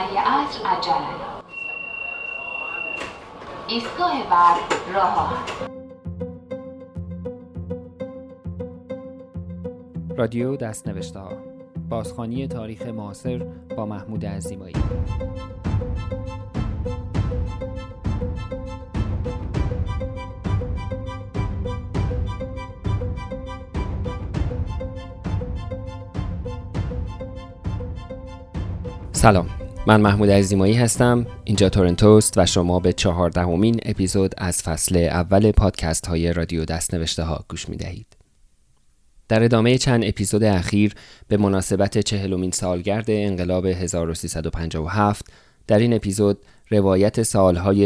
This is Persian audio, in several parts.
برای عصر عجله. ایستگاه بعد راه. رادیو دست‌نوشته‌ها، بازخوانی تاریخ معاصر با محمود عزیمایی. سلام، من محمود عزیمایی هستم. اینجا تورنتوست و شما به 14مین اپیزود از فصل اول پادکست های رادیو دست‌نوشته‌ها گوش می‌دهید. در ادامه چند اپیزود اخیر به مناسبت 40مین سالگرد انقلاب 1357 در این اپیزود روایت سالهای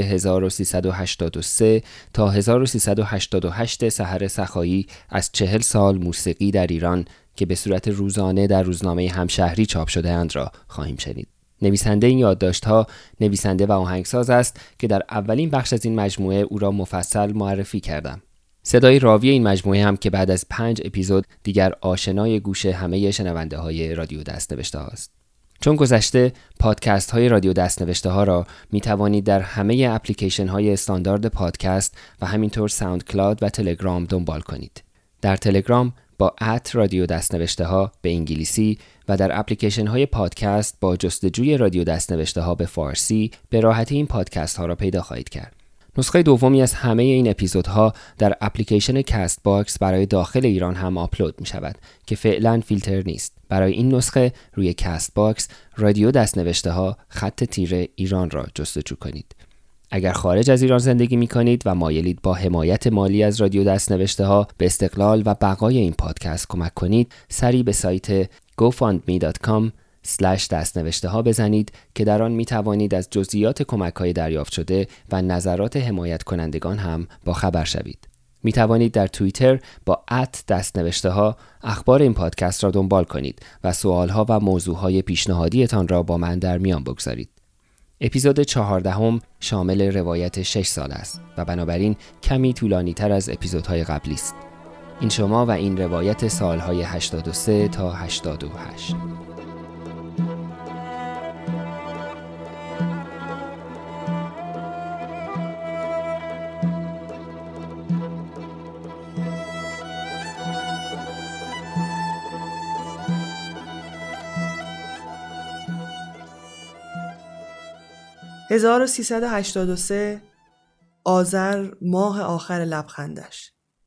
1383 تا 1388 سحر سخایی از 40 سال موسیقی در ایران که به صورت روزانه در روزنامه همشهری چاپ شده اند را خواهیم شنید. نویسنده این یادداشت‌ها نویسنده و آهنگساز است که در اولین بخش از این مجموعه او را مفصل معرفی کردم. صدای راوی این مجموعه هم که بعد از 5 اپیزود دیگر آشنای گوش همه شنونده های رادیو دست‌نوشته‌ها است. چون گذشته پادکست های رادیو دست‌نوشته‌ها را می توانید در همه اپلیکیشن های استاندارد پادکست و همینطور ساوند کلاود و تلگرام دنبال کنید. در تلگرام با @رادیو دست‌نوشته‌ها به انگلیسی و در اپلیکیشن های پادکست با جستجوی رادیو دست‌نوشته‌ها به فارسی به راحتی این پادکست ها را پیدا خواهید کرد. نسخه دومی از همه این اپیزودها در اپلیکیشن کست باکس برای داخل ایران هم آپلود می شود که فعلا فیلتر نیست. برای این نسخه روی کست باکس رادیو دست‌نوشته‌ها _ ایران را جستجو کنید. اگر خارج از ایران زندگی می کنید و مایلید با حمایت مالی از رادیو دست‌نوشته‌ها به استقلال و بقای این پادکست کمک کنید، سری به سایت gofundme.com/دست‌نوشته‌ها بزنید که در آن می توانید از جزئیات کمک‌های دریافت شده و نظرات حمایت کنندگان هم با خبر شوید. می توانید در توییتر با @دست‌نوشته‌ها اخبار این پادکست را دنبال کنید و سوال‌ها و موضوع‌های پیشنهادیتان را با من در میان بگذارید. اپیزود 14 شامل روایت 6 سال است و بنابراین کمی طولانی تر از اپیزودهای قبلی است. این شما و این روایت سالهای 83 تا 88. > 1383 آذر، ماه آخر لبخندش.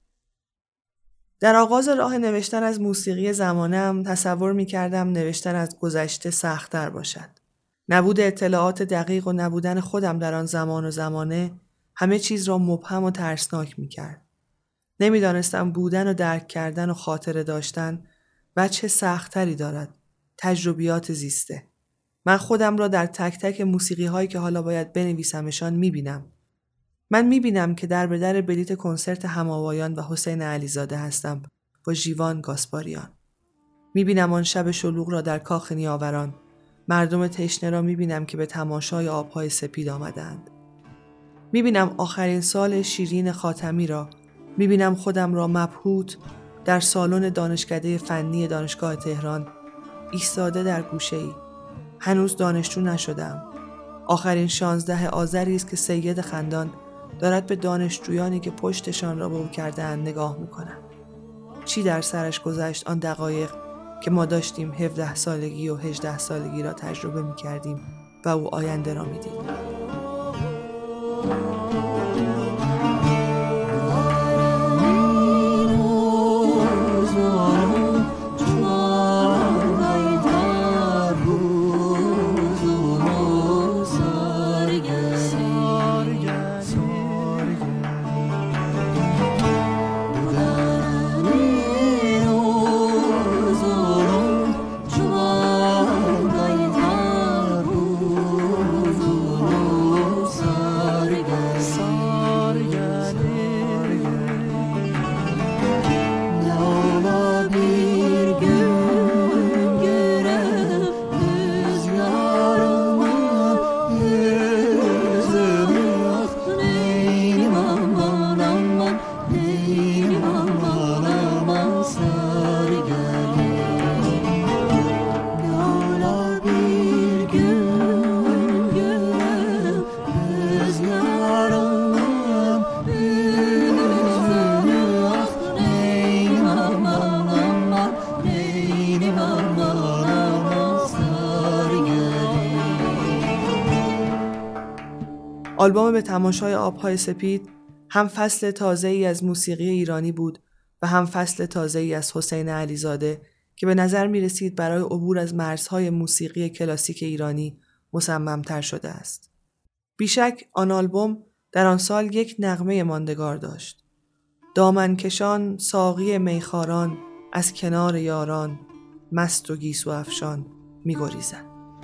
در آغاز راه نوشتن از موسیقی زمانم تصور می کردم نوشتن از گذشته سخت‌تر باشد. نبود اطلاعات دقیق و نبودن خودم در آن زمان و زمانه همه چیز را مبهم و ترسناک می کرد. نمی دانستم بودن و درک کردن و خاطره داشتن وجه سخت‌تری دارد. تجربیات زیسته. من خودم را در تک تک موسیقی هایی که حالا باید بنویسمشان میبینم. من میبینم که در به در بلیت کنسرت هماوایان و حسین علیزاده هستم با ژیوان گاسپاریان. میبینم آن شب شلوغ را در کاخ نیاوران. مردم تشنه را میبینم که به تماشای آبهای سپید آمدند. میبینم آخرین سال شیرین خاتمی را. میبینم خودم را مبهوت در سالن دانشکده فنی دانشگاه تهران ایستاده در گوشه‌ای. هنوز دانشجو نشدم. آخرین 16 آذری است که سید خندان دارد به دانشجویانی که پشتشان را به او کرده‌اند نگاه می‌کند. چی در سرش گذشت آن دقایق که ما داشتیم 17 سالگی و 18 سالگی را تجربه می‌کردیم و او آینده را می‌دید. آلبوم به تماشای آبهای سپید هم فصل تازه‌ای از موسیقی ایرانی بود و هم فصل تازه‌ای از حسین علیزاده که به نظر می رسید برای عبور از مرزهای موسیقی کلاسیک ایرانی مصمم‌تر شده است. بیشک آن آلبوم در آن سال یک نغمه ماندگار داشت. دامنکشان ساقی میخواران از کنار یاران مست و گیسو افشان می گریزند.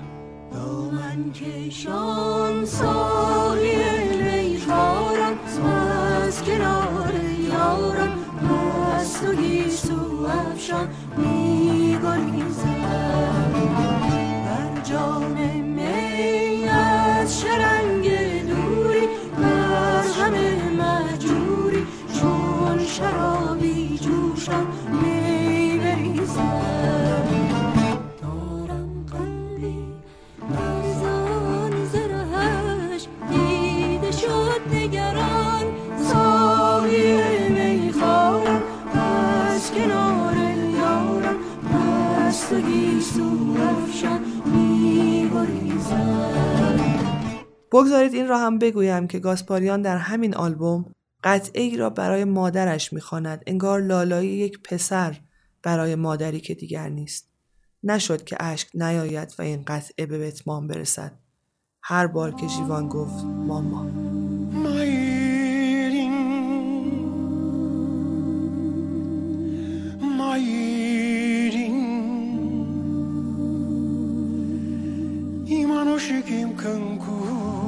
دامنکشان ساقی میخواران از کنار یاران مست و گیسو افشان می گریزند. بر جام می از شرنگ دوری بر غم مهجوری چون شرابی جوشان می بریزند. دارم قلبی ارزان زرهش دیده شد نگران ساقی میخوارم از کنار یارم مست و گیسو افشان می گریزند. بگذارید این را هم بگویم که گاسپاریان در همین آلبوم قطعه ای را برای مادرش می‌خواند، انگار لالایی یک پسر برای مادری که دیگر نیست. نشد که اشک نیاید و این قطعه به اتمام برسد. هر بار که ژیوان گفت ماما. ایمانو شکیم کنکو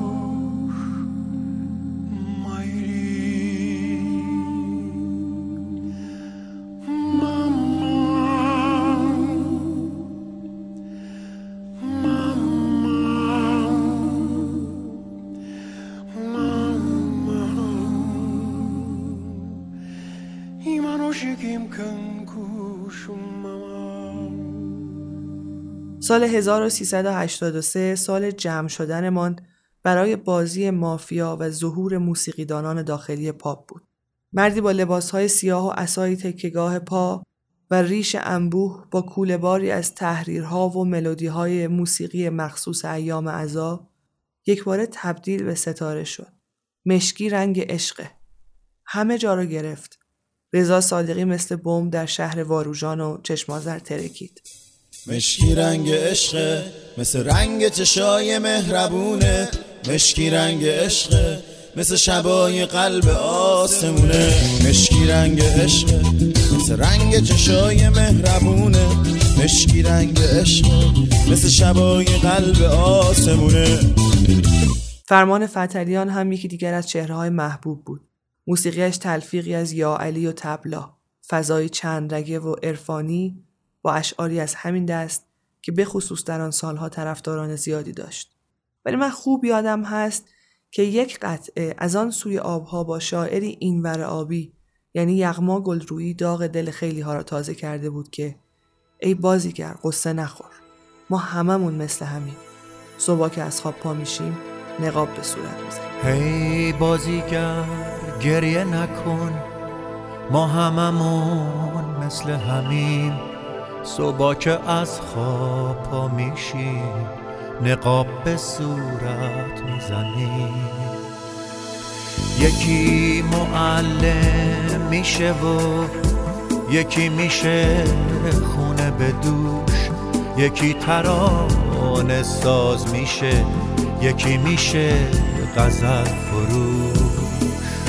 سال 1383 سال جمع شدنمان برای بازی مافیا و ظهور موسیقیدانان داخلی پاپ بود. مردی با لباسهای سیاه و عصای تکیه‌گاه پا و ریش انبوه با کوله‌باری از تحریرها و ملودی‌های موسیقی مخصوص ایام عزا یکباره تبدیل به ستاره شد. مشکی رنگ عشقه. همه جا رو گرفت. رضا صادقی مثل بمب در شهر واروژان و چشمازر ترکید. مشکی رنگ عشقه مثل رنگ چشای مهربونه، مشکی رنگ عشقه مثل شبای قلب آسمونه، مشکی رنگ عشقه مثل رنگ چشای مهربونه، مشکی رنگ عشقه مثل شبای قلب آسمونه. فرمان فتحعلیان هم یکی دیگر از چهره‌های محبوب بود. موسیقیش تلفیقی از یا علی و طبلا، فضای چند رگه و عرفانی با اشعاری از همین دست که به خصوص در آن سالها طرفداران زیادی داشت. ولی من خوب یادم هست که یک قطعه از آن سوی آبها با شاعری اینور آبی یعنی یغما گلرویی داغ دل خیلی ها را تازه کرده بود که ای بازیگر قصه نخور، ما هممون مثل همین، صبح که از خواب پا میشیم نقاب به صورت میزنیم. هی بازیگر گریه نکن، ما هممون مثل همین، صبح که از خواب پا میشیم نقاب به صورت میزنیم. یکی معلم میشه و یکی میشه خونه به دوش، یکی ترانه ساز میشه، یکی میشه غزل فروش.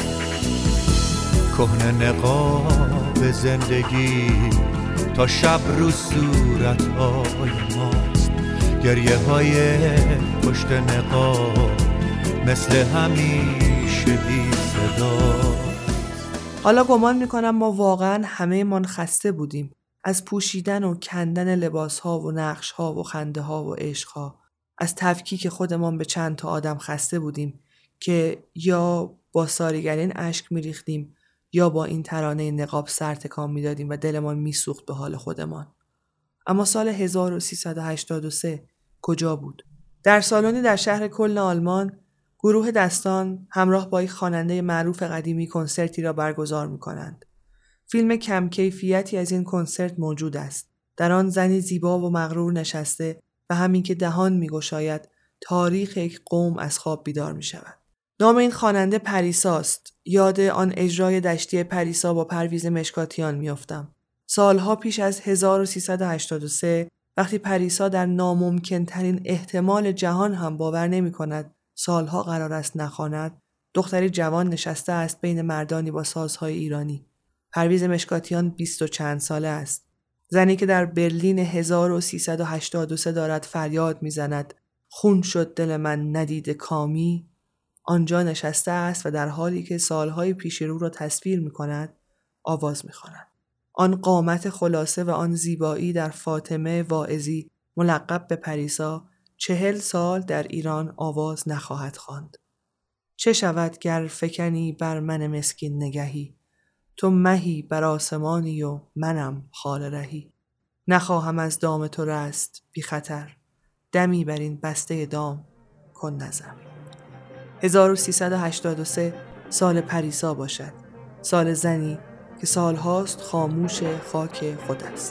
کهنه نقاب زندگی تا شب رو صورت‌های ماست، گریه های پشت نقاب مثل همیشه بی صدا. حالا گمان میکنم ما واقعا همه من خسته بودیم از پوشیدن و کندن لباس‌ها و نقش‌ها و خنده‌ها و عشق‌ها، از تفکیک خودمان به چند تا آدم خسته بودیم که یا با ساریگرین اشک میریختیم یا با این ترانه نقاب سر تکان میدادیم و دلمان میسوخت به حال خودمان. اما سال 1383 کجا بود؟ در سالنی در شهر کلن آلمان گروه دستان همراه با یک خواننده معروف قدیمی کنسرتی را برگزار می‌کنند. فیلم کم کیفیتی از این کنسرت موجود است. در آن زنی زیبا و مغرور نشسته و همین که دهان می‌گشاید تاریخ یک قوم از خواب بیدار می‌شود. نام این خواننده پریساست. یاد آن اجرای دشتی پریسا با پرویز مشکاتیان میافتم. سالها پیش از 1383 وقتی پریسا در ناممکن ترین احتمال جهان هم باور نمی کند سالها قرار است نخواند، دختری جوان نشسته است بین مردانی با سازهای ایرانی. پرویز مشکاتیان 20 و چند ساله است. زنی که در برلین 1383 دارد فریاد میزند خون شد دل من ندیده کامی، آنجا نشسته است و در حالی که سالهای پیش رو را تصویر میکند آواز میخواند. آن قامت خلاصه و آن زیبایی در فاطمه واعظی ملقب به پریسا 40 سال در ایران آواز نخواهد خواند. چه شود گر فکنی بر من مسکین نگهی، تو مهی بر آسمانی و منم خال رهی. نخواهم از دام تو رست بی خطر، دمی بر این بسته دام کن نظر. 1383 سال پریسا باشد، سال زنی که سالهاست خاموش خاک خود است.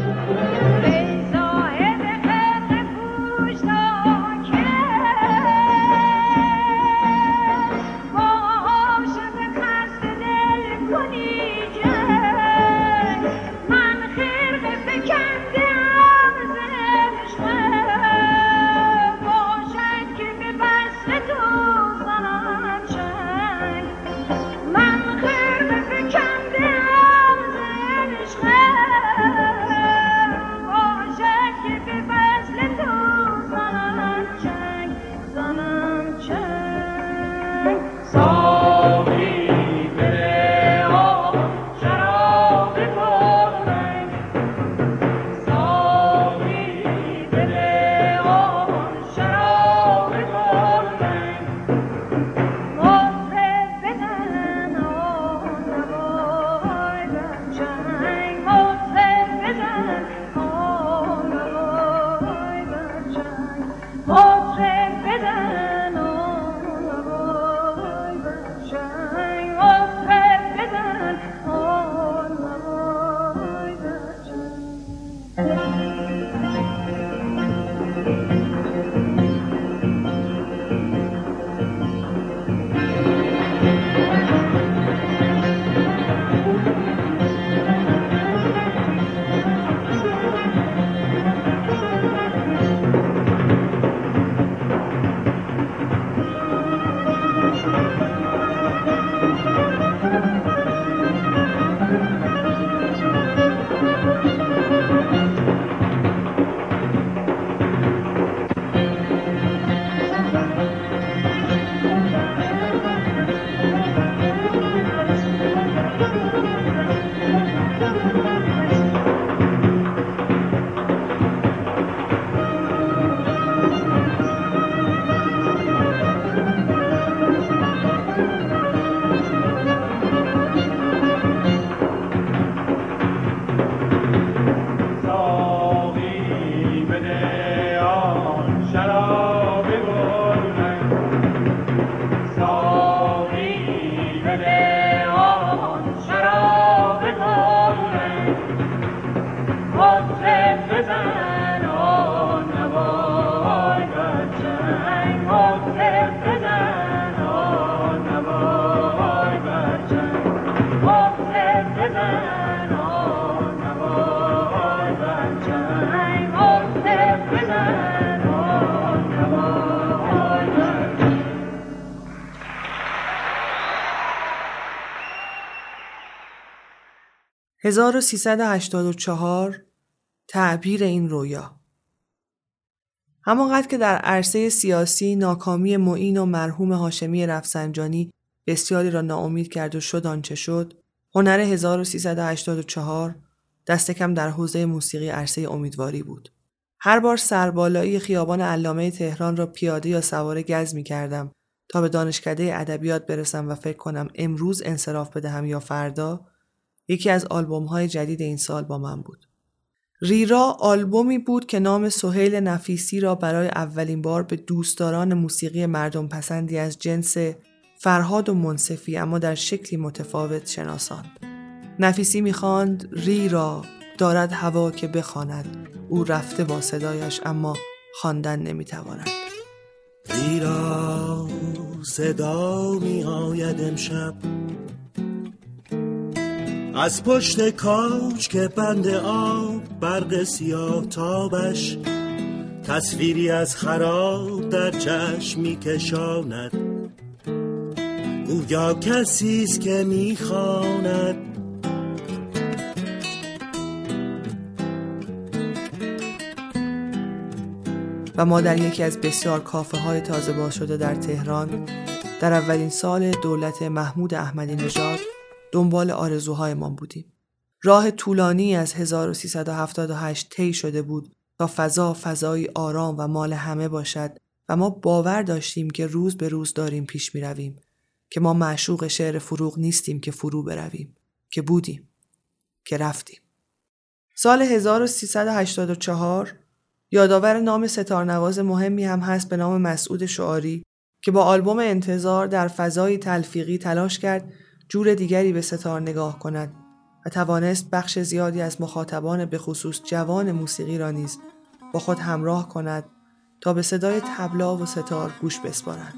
– 1384 تعبیر این رویا. همانقدر که در عرصه سیاسی ناکامی معین و مرحوم هاشمی رفسنجانی بسیاری را ناامید کرد و شد آنچه شد، هنر 1384 دست کم در حوزه موسیقی عرصه امیدواری بود. هر بار سربالایی خیابان علامه تهران را پیاده یا سوار گز می کردم تا به دانشکده ادبیات برسم و فکر کنم امروز انصراف بدهم یا فردا، یکی از آلبوم‌های جدید این سال با من بود. ریرا آلبومی بود که نام سهیل نفیسی را برای اولین بار به دوستداران موسیقی مردم پسندی از جنس فرهاد و منصفی اما در شکلی متفاوت شناساند. نفیسی می‌خواند ریرا دارد هوا که بخواند، او رفته با صدایش اما خواندن نمی‌تواند. ریرا صدا می آید امشب از پشت کاج که بند آب برق سیاه تابش تصویری از خراب در چشم می کشاند گویا کسیست که می خواند و ما در یکی از بسیار کافه های تازه باز شده در تهران در اولین سال دولت محمود احمدی نژاد دنبال آرزوهایمان بودیم. راه طولانی از 1378 طی شده بود تا فضایی آرام و مال همه باشد و ما باور داشتیم که روز به روز داریم پیش می رویم، که ما معشوق شعر فروغ نیستیم که فرو برویم، که بودیم، که رفتیم. سال 1384 یادآور نام ستارنواز مهمی هم هست به نام مسعود شعاری که با آلبوم انتظار در فضای تلفیقی تلاش کرد جور دیگری به ستار نگاه کند و توانست بخش زیادی از مخاطبان به خصوص جوان موسیقی را نیز با خود همراه کند تا به صدای طبلا و ستار گوش بسپارند.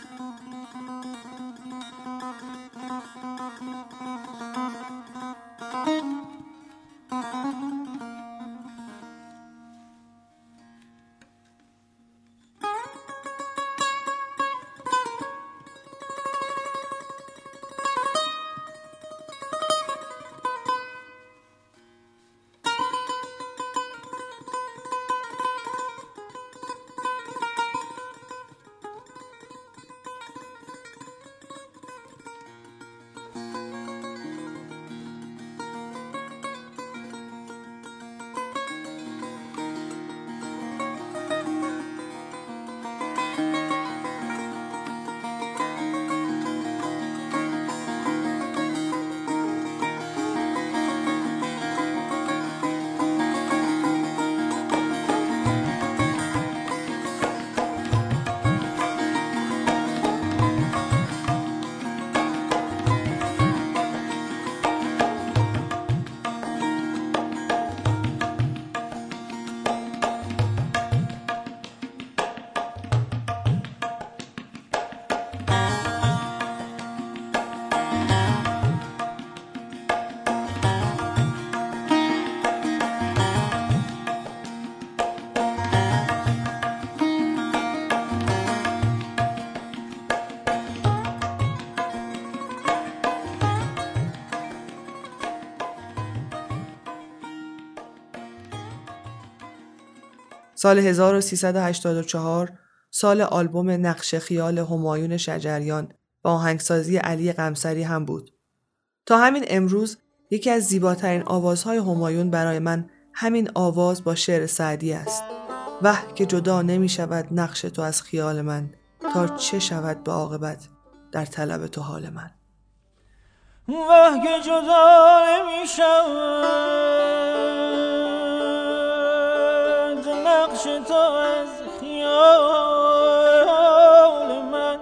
سال 1384 سال آلبوم نقش خیال همایون شجریان با آهنگسازی علی قمصری هم بود. تا همین امروز یکی از زیباترین آوازهای همایون برای من همین آواز با شعر سعدی است. وه که جدا نمی شود نقش تو از خیال من، تا چه شود به عاقبت در طلب تو حال من. وه که جدا نمی شود نقش تو از خیال من،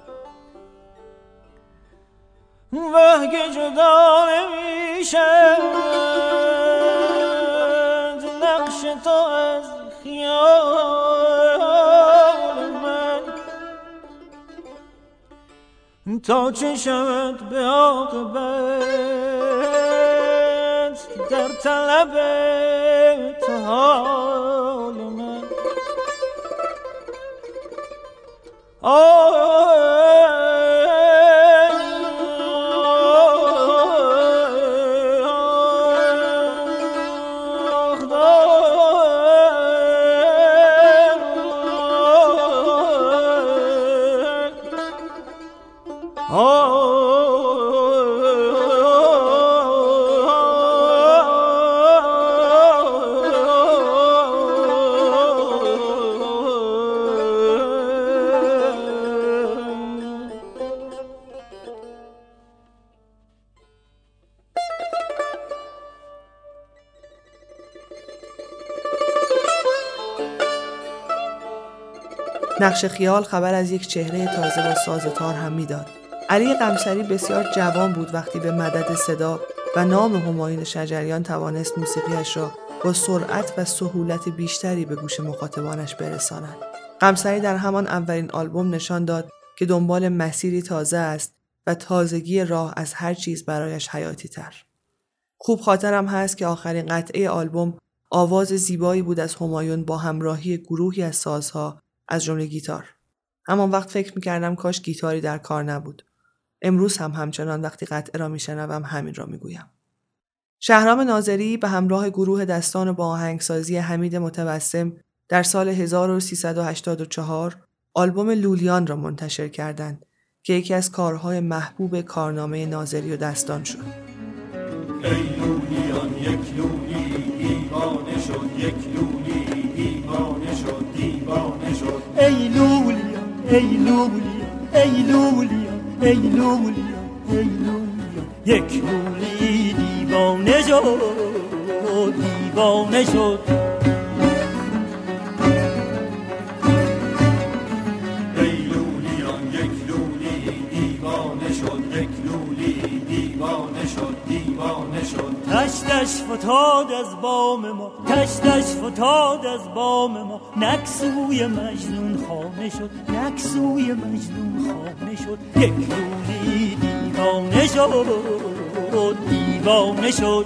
وه که جدا نمی شود نقش تو از خیال من، تا چه شود به عاقبت در طلب تو حال من. نقش خیال خبر از یک چهره تازه و سازتار هم میداد. علی قمصری بسیار جوان بود وقتی به مدد صدا و نام همایون شجریان توانست موسیقیش را با سرعت و سهولت بیشتری به گوش مخاطبانش برساند. قمصری در همان اولین آلبوم نشان داد که دنبال مسیری تازه است و تازگی راه از هر چیز برایش حیاتی تر. خوب خاطرم هست که آخرین قطعه آلبوم آواز زیبایی بود از همایون با همراهی گروهی از سازها از جمله گیتار. همان وقت فکر می‌کردم کاش گیتاری در کار نبود. امروز هم همچنان وقتی قطعه را میشنوم همین را میگویم. شهرام ناظری به همراه گروه دستان با آهنگسازی حمید متبسم در سال 1384 آلبوم لولیان را منتشر کردند که یکی از کارهای محبوب کارنامه ناظری و دستان شد. ای لولیان یک لولی دیوانه شد، یک لولی دیوانه شد، دیوانه شد. ای لولیان ای لولیان ای لولیان ای لولیان ای لولیان، یک لولی دیوانه شد، دیوانه شد. ای لولیان یک لولی دیوانه شد، یک لولی دیوانه شد، دیوانه شد. تشتش فتاد از بام ما، تشتش فتاد از بام ما، نکسوی مجنون خانه شد، نکسوی مجنون خانه شد. یک لولی دیوانه شد، دیوانه شد.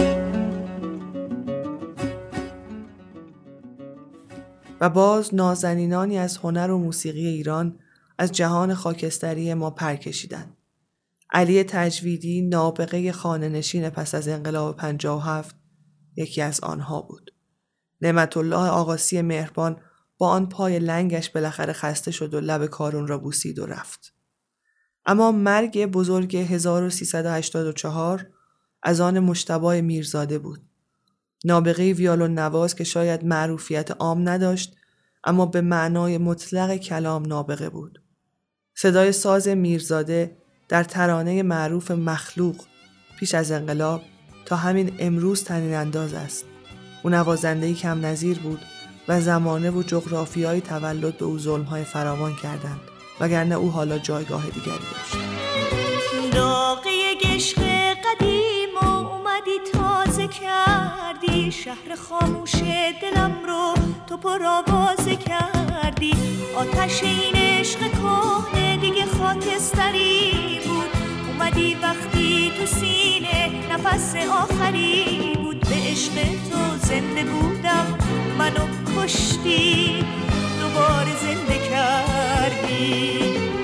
و باز نازنینانی از هنر و موسیقی ایران از جهان خاکستری ما پر کشیدند. علی تجویدی نابغه خانه‌نشین پس از انقلاب 57 یکی از آنها بود. نعمت الله آقاسی مهربان با آن پای لنگش بالاخره خسته شد و لب کارون را بوسید و رفت. اما مرگ بزرگ 1384 از آن مجتبی میرزاده بود. نابغه ویولون نواز که شاید معروفیت عام نداشت اما به معنای مطلق کلام نابغه بود. صدای ساز میرزاده در ترانه معروف مخلوق پیش از انقلاب تا همین امروز طنین انداز است. او نوازنده‌ای کم نظیر بود و زمانه و جغرافیای تولد به او ظلم‌های فراوان کردند وگرنه او حالا جایگاه دیگری داشت. داغه عشق قدیم اومدی تازه کردی، شهر خاموش دلم رو تو پرآوازه کردی. آتش این عشق کهنه دیگه خاکستری بود، اومدی وقتی تو سینه نفس آخری بود. به عشق تو زنده بودم، منو کشتی دوباره زنده کردی.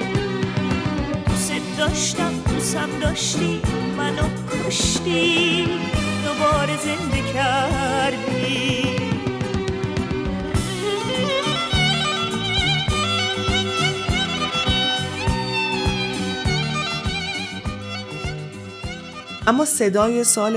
دوست داشتم دوستم داشتی، منو کشتی دوباره زنده کردی. اما صدای سال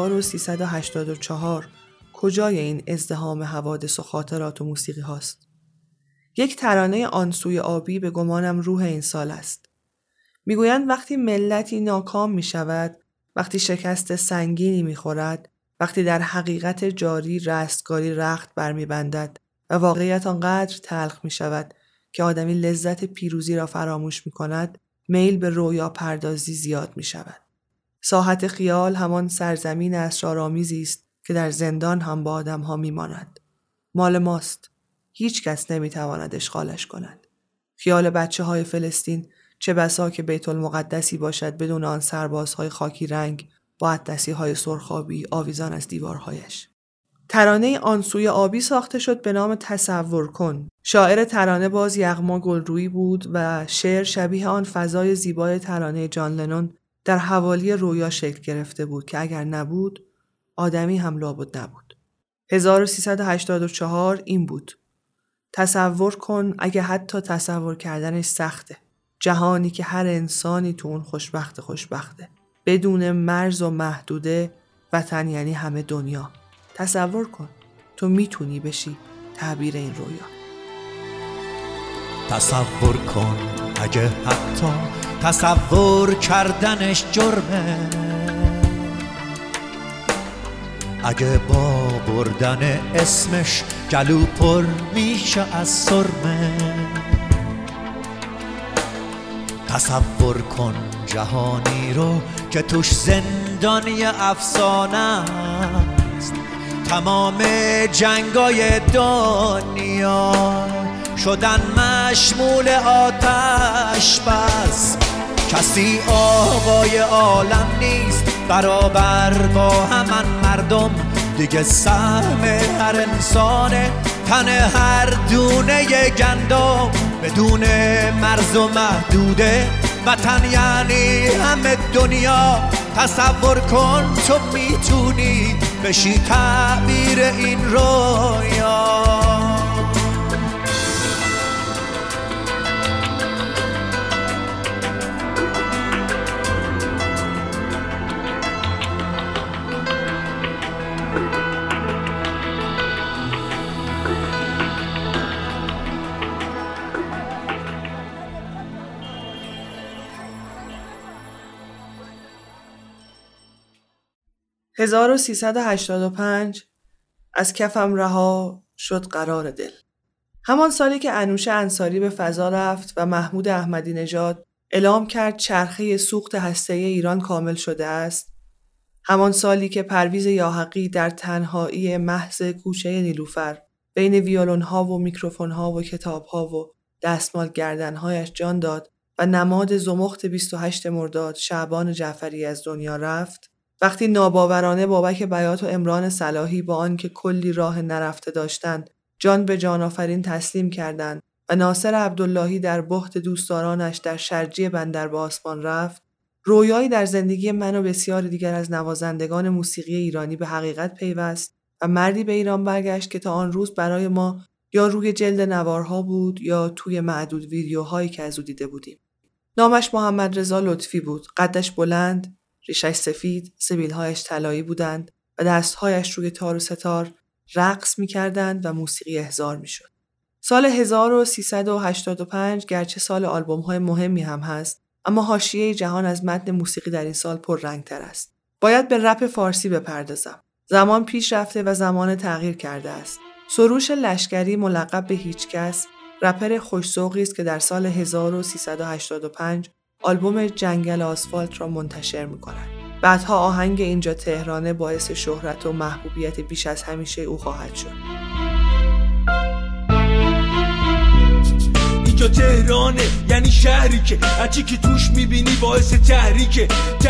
1384 کجای این ازدحام حوادث و خاطرات و موسیقی هاست؟ یک ترانه آن سوی آبی به گمانم روح این سال است. میگویند وقتی ملتی ناکام می شود، وقتی شکست سنگینی می خورد، وقتی در حقیقت جاری رستگاری رخت برمی بندد و واقعیت آنقدر تلخ می شود که آدمی لذت پیروزی را فراموش می کند، میل به رویا پردازی زیاد می شود. ساحت خیال همان سرزمین اسرارآمیزی است که در زندان هم با آدم ها می ماند. مال ماست. هیچ کس نمی تواند اشغالش کند. خیال بچه های فلسطین چه بسا که بیت المقدسی باشد بدون آن سربازهای خاکی رنگ با عطسی های سرخابی آویزان از دیوارهایش. ترانه آن سوی آبی ساخته شد به نام تصور کن. شاعر ترانه باز یغما گلرویی بود و شعر شبیه آن فضای زیبای ترانه جان لنون در حوالی رویا شکل گرفته بود که اگر نبود آدمی هم لابد نبود. 1384 این بود. تصور کن اگه حتی تصور کردنش سخته. جهانی که هر انسانی تو اون خوشبخته. بدون مرز و محدوده، وطن یعنی همه دنیا. تصور کن تو میتونی بشی تعبیر این رویا. تصور کن اگه حتی تصور کردنش جرمه، اگه با بردن اسمش گلو پر میشه از سرمه. تصور کن جهانی رو که توش زندانی افسانه است، تمام جنگای دنیا شدن مشمول آتش بس. کسی آقای عالم نیست برابر با همان مردم، دیگه سهم هر انسانه تن هر دونه گندم. بدون مرز و محدوده وطن یعنی همه دنیا. تصور کن تو میتونی بشی تعبیر این رویا. 1385 از کفم رها شد قرار دل. همان سالی که انوشه انصاری به فضا رفت و محمود احمدی نژاد اعلام کرد چرخه سوخت هسته‌ای ایران کامل شده است. همان سالی که پرویز یاحقی در تنهایی محض کوچه نیلوفر بین ویولون‌ها و میکروفون‌ها و کتاب‌ها و دستمال گردن‌هایش جان داد و نماد زمخت 28 مرداد شعبان جعفری از دنیا رفت. وقتی ناباورانه بابک بیات و عمران صلاحی با آن که کلی راه نرفته داشتند جان به جان آفرین تسلیم کردند و ناصر عبداللهی در بحت دوستدارانش در شرجی بندر به آسمان رفت، رویایی در زندگی من و بسیار دیگر از نوازندگان موسیقی ایرانی به حقیقت پیوست و مردی به ایران برگشت که تا آن روز برای ما یا روی جلد نوارها بود یا توی معدود ویدیوهایی که از او دیده بودیم. نامش محمد رضا لطفی بود. قدش بلند، ریشش سفید، سبیلهایش طلایی بودند و دستهایش روی تار و ستار رقص می‌کردند و موسیقی احضار می‌شد. سال 1385 گرچه سال آلبوم‌های مهمی هم هست، اما حاشیه جهان از متن موسیقی در این سال پررنگ‌تر است. باید به رپ فارسی بپردازم. زمان پیش رفته و زمان تغییر کرده است. سروش لشکری ملقب به هیچکس، رپر خوش‌ذوقی است که در سال 1385 آلبوم جنگل آسفالت را منتشر می‌کند. بعدها آهنگ اینجا تهرانه باعث شهرت و محبوبیت بیش از همیشه او خواهد شد. اینجا تهرانه یعنی شهری که هرچی که توش میبینی باعث تحریک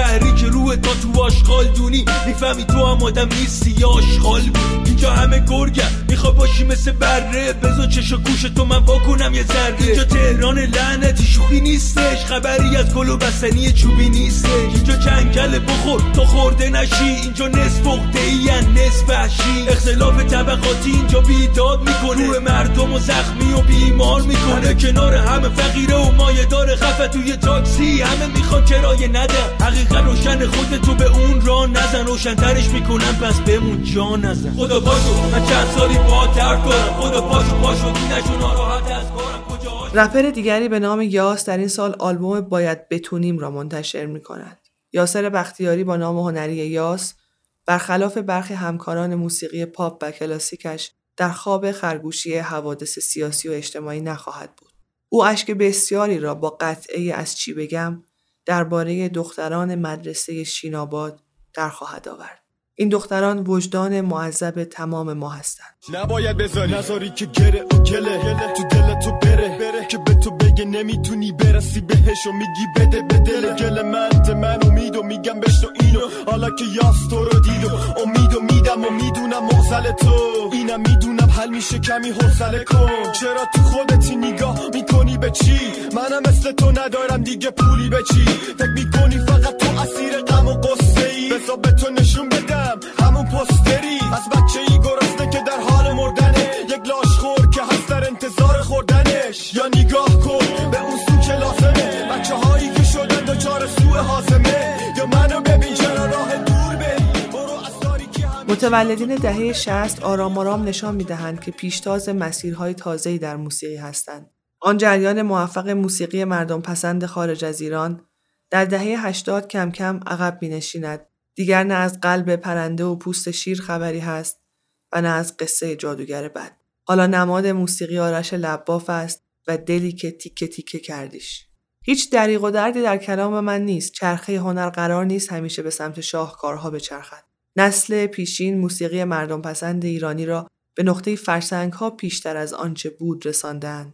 روح تا تو آشغال دونی میفهمی تو هم آدم نیستی یا آشغال بود. اینجا همه گرگم میخوای باشی مثل بره، بذار چش و گوش تو من واکنم یه ذره. اینجا تهران لعنتی شوخی نیستش، خبری از گل و بستنی چوبی نیستش. اینجا جنگل بخور تا خورده نشی، اینجا نصف عقده‌ای نصف وحشی. اختلاف طبقاتی اینجا بیداد میکنه، روح مردم و زخمی و بیمار میکنه. کنار همه فقیره و مایه داره خفه توی تاکسی، همه میخوان کرایه ندن. حقیقت روشن، خودتو به اون راه نزن، روشن‌ترش میکنن پس بمون جا نزن. خدا پاشو من چند سالی با درد دارم، خدا پاشو دینشو ناراحت از کارم کجا. رپر دیگری به نام یاس در این سال آلبوم باید بتونیم را منتشر میکند. یاسر بختیاری با نام هنری یاس برخلاف برخی همکاران موسیقی پاپ و کلاسیکش در خواب خرگوشی حوادث سیاسی و اجتماعی نخواهد بود. او اشک بسیاری را با قطعه از چی بگم درباره دختران مدرسه شیناباد در خواهد آورد. این دختران وجدان معذب تمام ما هستند. نباید نذاری که گره و گله تو دلتو بره که به تو بگه نمیتونی برسی بهش و میگی بده به دل گل من امید و میگم بشنو اینو، حالا که یاس تو رو دید و امیدو میدم و میدونم مغزل تو اینم میدونم حل میشه کمی حوصله کن. چرا تو خودتی نگاه میکنی به چی؟ منم مثل تو ندارم دیگه پولی به چی؟ فکر میکنی فقط تو اسیر غم و قصه ای؟ بذار به تو نشون بدم همون پستری از بچه ای گرسنه که در حال مردنه، یک لاشخور که هست در انتظار خوردنش. یا نگاه کن به اون سو که لازمه، بچه هایی که شدن دوچار سوء هاضمه. یا منو ببین چرا راه دور بری، برو از تاریکی هم. متولدین دهه 60 آرام آرام نشان میدهند که پیشتاز مسیرهای تازه‌ای در موسیقی هستند. آن جریان موفق موسیقی مردم پسند خارج از ایران در دهه 80 کم کم عقب می‌نشیند. دیگر نه از قلب پرنده و پوست شیر خبری هست و نه از قصه جادوگر بد. حالا نماد موسیقی آرش لباف است و دلی که تیکه تیکه کردیش. هیچ دریغ و دردی در کلام من نیست. چرخه هنر قرار نیست همیشه به سمت شاهکارها بچرخد. نسل پیشین موسیقی مردم پسند ایرانی را به نقطه فرسنگ‌ها پیشتر از آنچه بود رساندند و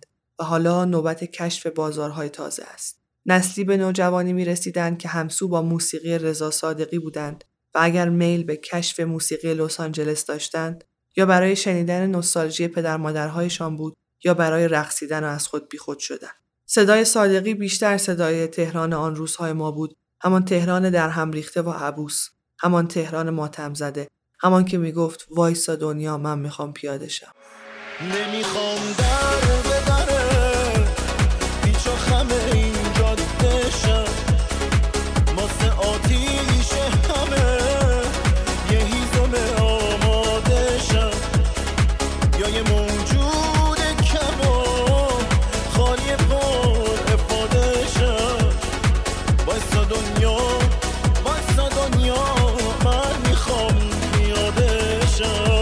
و حالا نوبت کشف بازارهای تازه است. نسلی به نوجوانی می رسیدند که همسو با موسیقی رضا صادقی بودند و اگر میل به کشف موسیقی لس آنجلس داشتند یا برای شنیدن نوستالژی پدر مادرهایشان بود یا برای رقصیدن و از خود بیخود شدن. صدای صادقی بیشتر صدای تهران آن روزهای ما بود، همان تهران در هم ریخته و عبوس، همان تهران ماتم زده، همان که میگفت وایسا دنیا من میخوام پیاده شم. نمیخوام در به دره پیچ و خم این جاده شم، ماسه آتیش همه یه هیزم آماده شم، یا یه موجود کم و خالی پر افاده شم. وایسا دنیا وایسا دنیا من میخوام پیاده شم.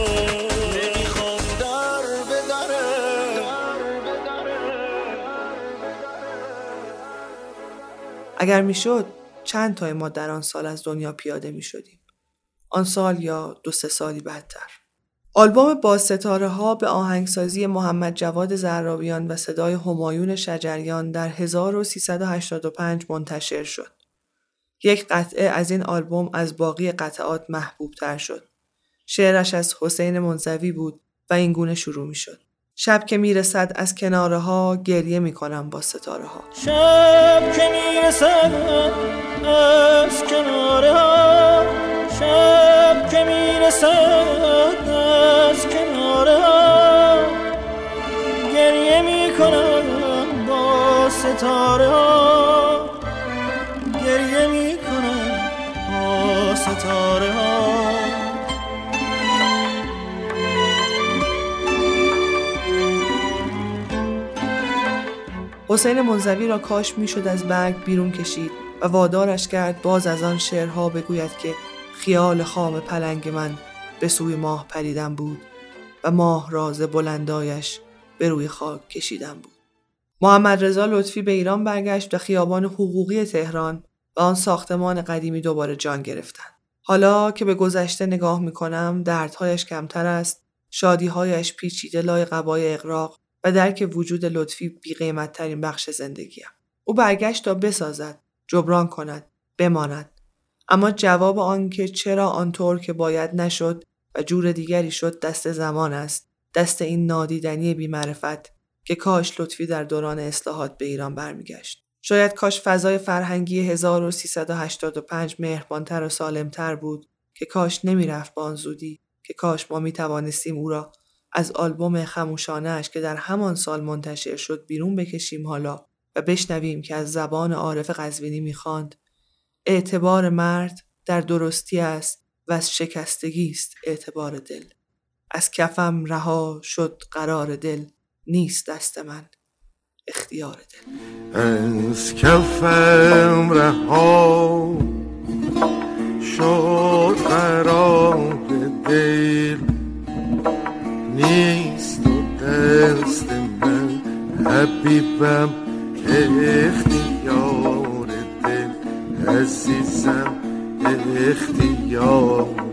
اگر میشد چند تای ما در آن سال از دنیا پیاده می شدیم. آن سال یا 2-3 سالی بعدتر. آلبوم با ستاره ها به آهنگسازی محمد جواد زهراویان و صدای همایون شجریان در 1385 منتشر شد. یک قطعه از این آلبوم از باقی قطعات محبوب تر شد. شعرش از حسین منزوی بود و این گونه شروع می شد. شب که میرسد از کناره ها گریه میکنم با ستاره ها. شب که میرسد از کناره ها، شب که میرسد از کناره ها، گریه میکنم با ستاره ها، گریه میکنم با ستاره ها. حسین منزوی را کاش میشد از برگ بیرون کشید و وادارش کرد باز از آن شعرها بگوید که خیال خام پلنگ من به سوی ماه پریدن بود و ماه راز بلندایش به روی خاک کشیدن بود. محمد رضا لطفی به ایران برگشت و خیابان حقوقی تهران و آن ساختمان قدیمی دوباره جان گرفتند. حالا که به گذشته نگاه میکنم دردهایش کمتر است، شادیهایش پیچیده لای قبای اغراق و درک وجود لطفی بی قیمت ترین بخش زندگیم. او برگشت تا بسازد، جبران کند، بماند. اما جواب آن که چرا آنطور که باید نشد و جور دیگری شد دست زمان است، دست این نادیدنی بی معرفت که کاش لطفی در دوران اصلاحات به ایران برمیگشت. شاید کاش فضای فرهنگی 1385 مهربانتر و سالمتر بود، که کاش نمیرفت با آن زودی، که کاش ما میتوانستیم او را از آلبوم خموشانه‌اش که در همان سال منتشر شد بیرون بکشیم حالا و بشنویم که از زبان عارف قزوینی می‌خواند: اعتبار مرد در درستی است و از شکستگی است اعتبار دل. از کفم رها شد قرار دل، نیست دست من اختیار دل. از کفم رها شد قرار دل، نیست و دست من حبیبم اختیار دل، عزیزم اختیار دل.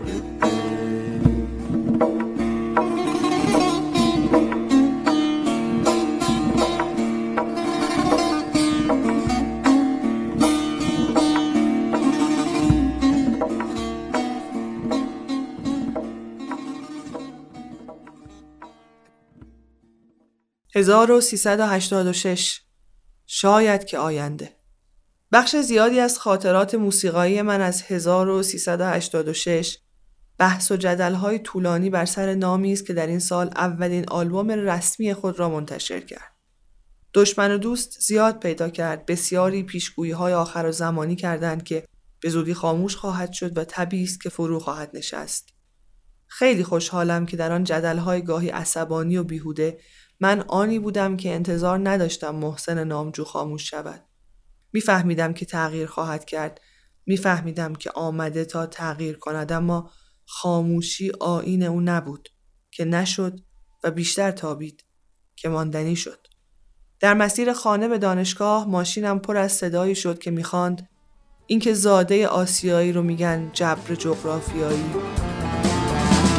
1386 شاید که آینده. بخش زیادی از خاطرات موسیقایی من از 1386 بحث و جدل‌های طولانی بر سر نامی است که در این سال اولین آلبوم رسمی خود را منتشر کرد. دشمن و دوست زیاد پیدا کرد، بسیاری پیشگویی‌های آخرالزمانی کردند که به زودی خاموش خواهد شد و طبیعی است که فرو خواهد نشست. خیلی خوشحالم که در آن جدل‌های گاهی عصبانی و بیهوده من آنی بودم که انتظار نداشتم محسن نامجو خاموش شود. میفهمیدم که تغییر خواهد کرد، میفهمیدم که آمده تا تغییر کند، اما خاموشی آیین او نبود که نشد و بیشتر تابید که ماندنی شد. در مسیر خانه به دانشگاه ماشینم پر از صدایی شد که میخواند این که زاده آسیایی رو میگن جبر جغرافیایی، این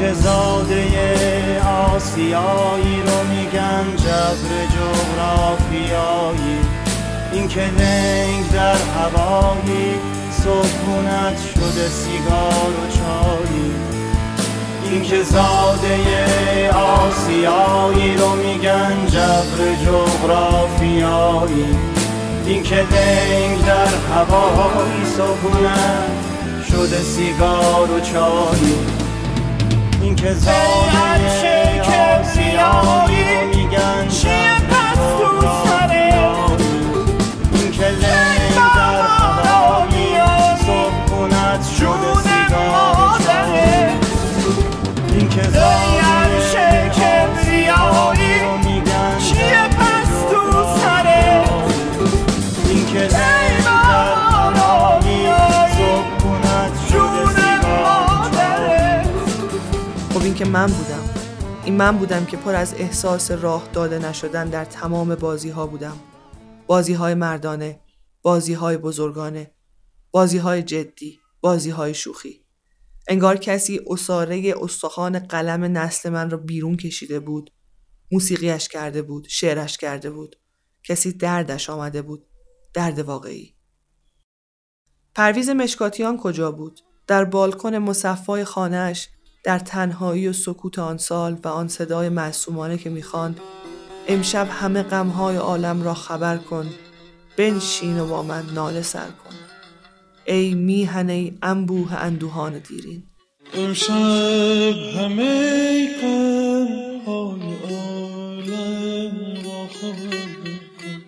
که زاده آسیایی رو میگن جبر جغرافیایی، این که لنگ در هوایی صبحونت شده سیگار و چایی، این که زاده آسیایی رو میگن جبر جغرافیایی، این که لنگ در هوایی صبحونت شده سیگار و چایی، این که زاده آسیایی رو میگن جبر جغرافیایی، این که لنگ در هوایی صبحونت شده سیگار و چایی، این که زاده آسیایی رو میگن جبر جغرافیایی، این که لنگ در هوایی صبحونت شده سیگار و چایی. خب این که من بودم که پر از احساس راه داده نشدن در تمام بازی‌ها بودم. بازی‌های مردانه، بازی‌های بزرگانه، بازی‌های جدی، بازی‌های شوخی. انگار کسی عصاره استخوان قلم نسل من را بیرون کشیده بود، موسیقیش کرده بود، شعرش کرده بود. کسی دردش آمده بود، درد واقعی. پرویز مشکاتیان کجا بود؟ در بالکن مصفای خانه‌اش، در تنهایی و سکوت آن سال و آن صدای معصومانه که می‌خواند امشب همه غم‌های عالم را خبر کن، بنشین و با من ناله سر کن. ای میهنه انبوه اندوهان دیرین، امشب همه غم‌های عالم را خبر کن،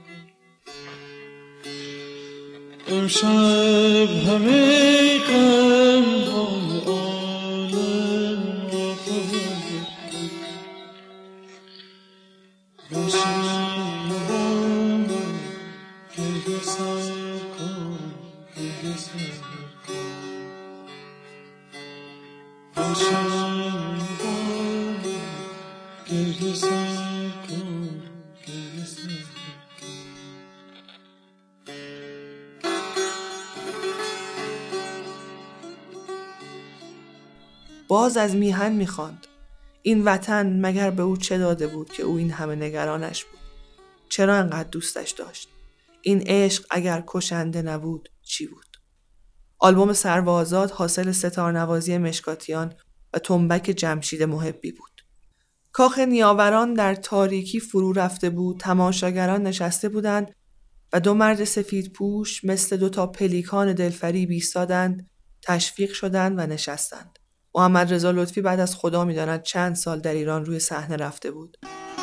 امشب همه غم‌های عالم را خبر کن، بنشین و با من گریه سر کن، گریه سر کن، بنشین و با من گریه سر کن، گریه سر کن. باز از میهن می‌خواند. این وطن مگر به او چه داده بود که او این همه نگرانش بود؟ چرا انقدر دوستش داشت؟ این عشق اگر کشنده نبود چی بود؟ آلبوم سرو و آزاد حاصل ستارنوازی مشکاتیان و تنبک جمشید محبی بود. کاخ نیاوران در تاریکی فرو رفته بود، تماشاگران نشسته بودند و دو مرد سفید پوش مثل دو تا پلیکان دلفریب ایستادند، تشویق شدند و نشستند. محمد رضا لطفی بعد از خدا می‌داند چند سال در ایران روی صحنه رفته بود.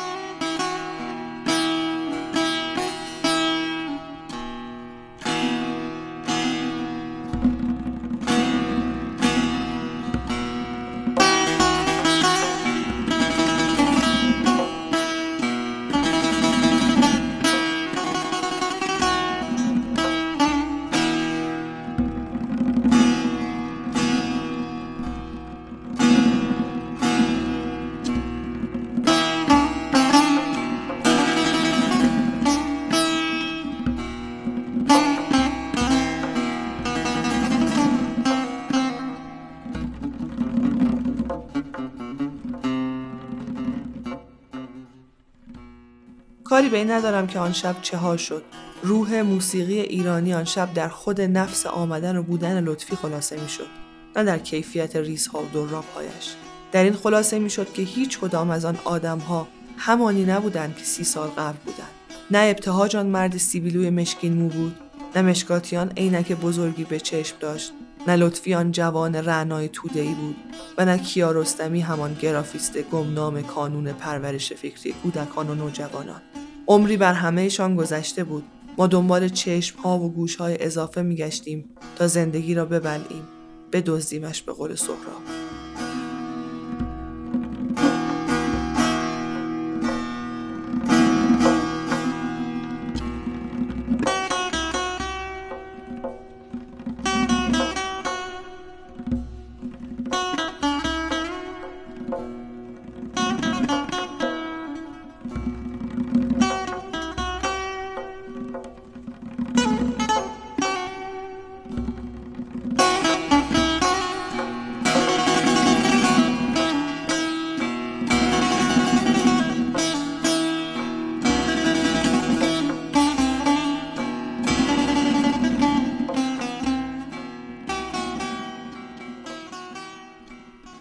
کاری به این ندارم که آن شب چه ها شد. روح موسیقی ایرانی آن شب در خود نفس آمدن و بودن لطفی خلاصه می شد، نه در کیفیت ریزها و دراب‌هایش. در این خلاصه می شد که هیچ کدام از آن آدم‌ها همانی نبودند که 30 سال قبل بودند. نه ابتهاج آن مرد سیبیلوی مشکین مو بود، نه مشکاتیان عینک بزرگی به چشم داشت، نه لطفی آن جوان رعنای توده‌ای بود و نه کیارستمی همان گرافیست گمنام کانون پرورش فکری کودکان و نوجوانان. عمری بر همه‌شان گذشته بود. ما دنبال چشم‌ها و گوش‌های اضافه می‌گشتیم تا زندگی را ببلعیم، بدزدیمش به قول سهراب.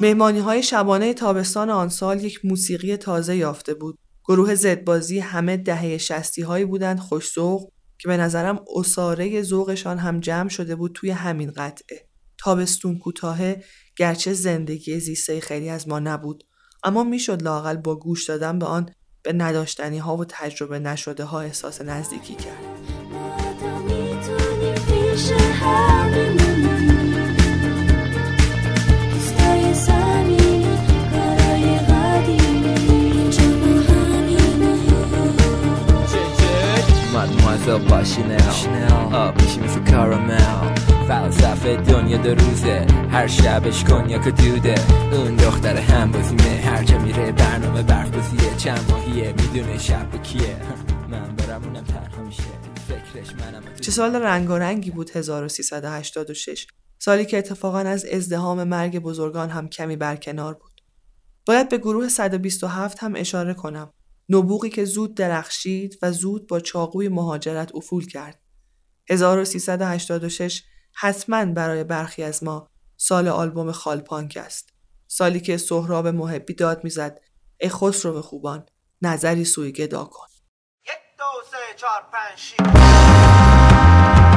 مهمانی‌های شبانه تابستان آن سال یک موسیقی تازه یافته بود. گروه زدبازی همه دهه 60 هایی بودند خوش‌ذوق که به نظرم عصاره ذوقشان هم جمع شده بود توی همین قطعه. تابستون کوتاهه گرچه زندگی زیسته خیلی از ما نبود، اما میشد لااقل با گوش دادن به آن به نداشتنی ها و تجربه نشده ها احساس نزدیکی کرد. Mademoiselle Chanel میشیم کارامل فلسفه دنیا دو روزه هر شبش کنیاک دوده اون دختر هم بازیمه هر جا میره برنامه برف بازیه چند ماهیه میدونه شب کیه من برمونم تنها میشه فکرش منم. چه سال رنگارنگی بود 1386، سالی که اتفاقا از ازدحام مرگ بزرگان هم کمی برکنار بود. باید به گروه 127 هم اشاره کنم، نبوغی که زود درخشید و زود با چاقوی مهاجرت افول کرد. 1386 حتماً برای برخی از ما سال آلبوم خالپانک است. سالی که سهراب محبی داد میزد ای خسرو خوبان نظری سوی گدا کن. 1 2 3 4 5 6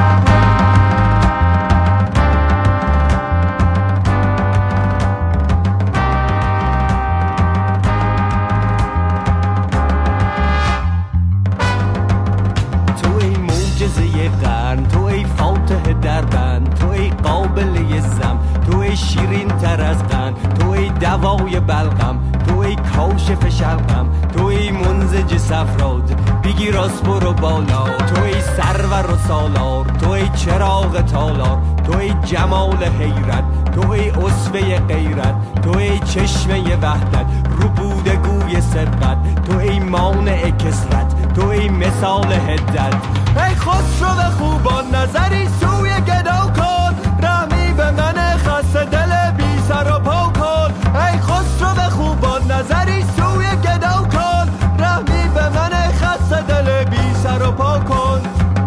قرن تو ای فاتح دربند تو ای قابل زم تو ای شیرین تر از قند تو ای دوای بلغم تو ای کاشف شلقم تو ای منزج صفراد بگی راست برو بالا تو ای سرور و سالار تو ای چراغ تالار تو ای جمال حیرت تو ای اسوه غیرت تو ای چشمه وحدت رو بوده گوی صدقت تو ای مانع کسرت تو ای مثال حدت ای خسرو خوبان نظری سوی گدا کن رحمی به من خسته دل بی سر و پا کن ای خسرو خوبان نظری سوی گدا کن رحمی به من خسته دل بی سر و پا کن.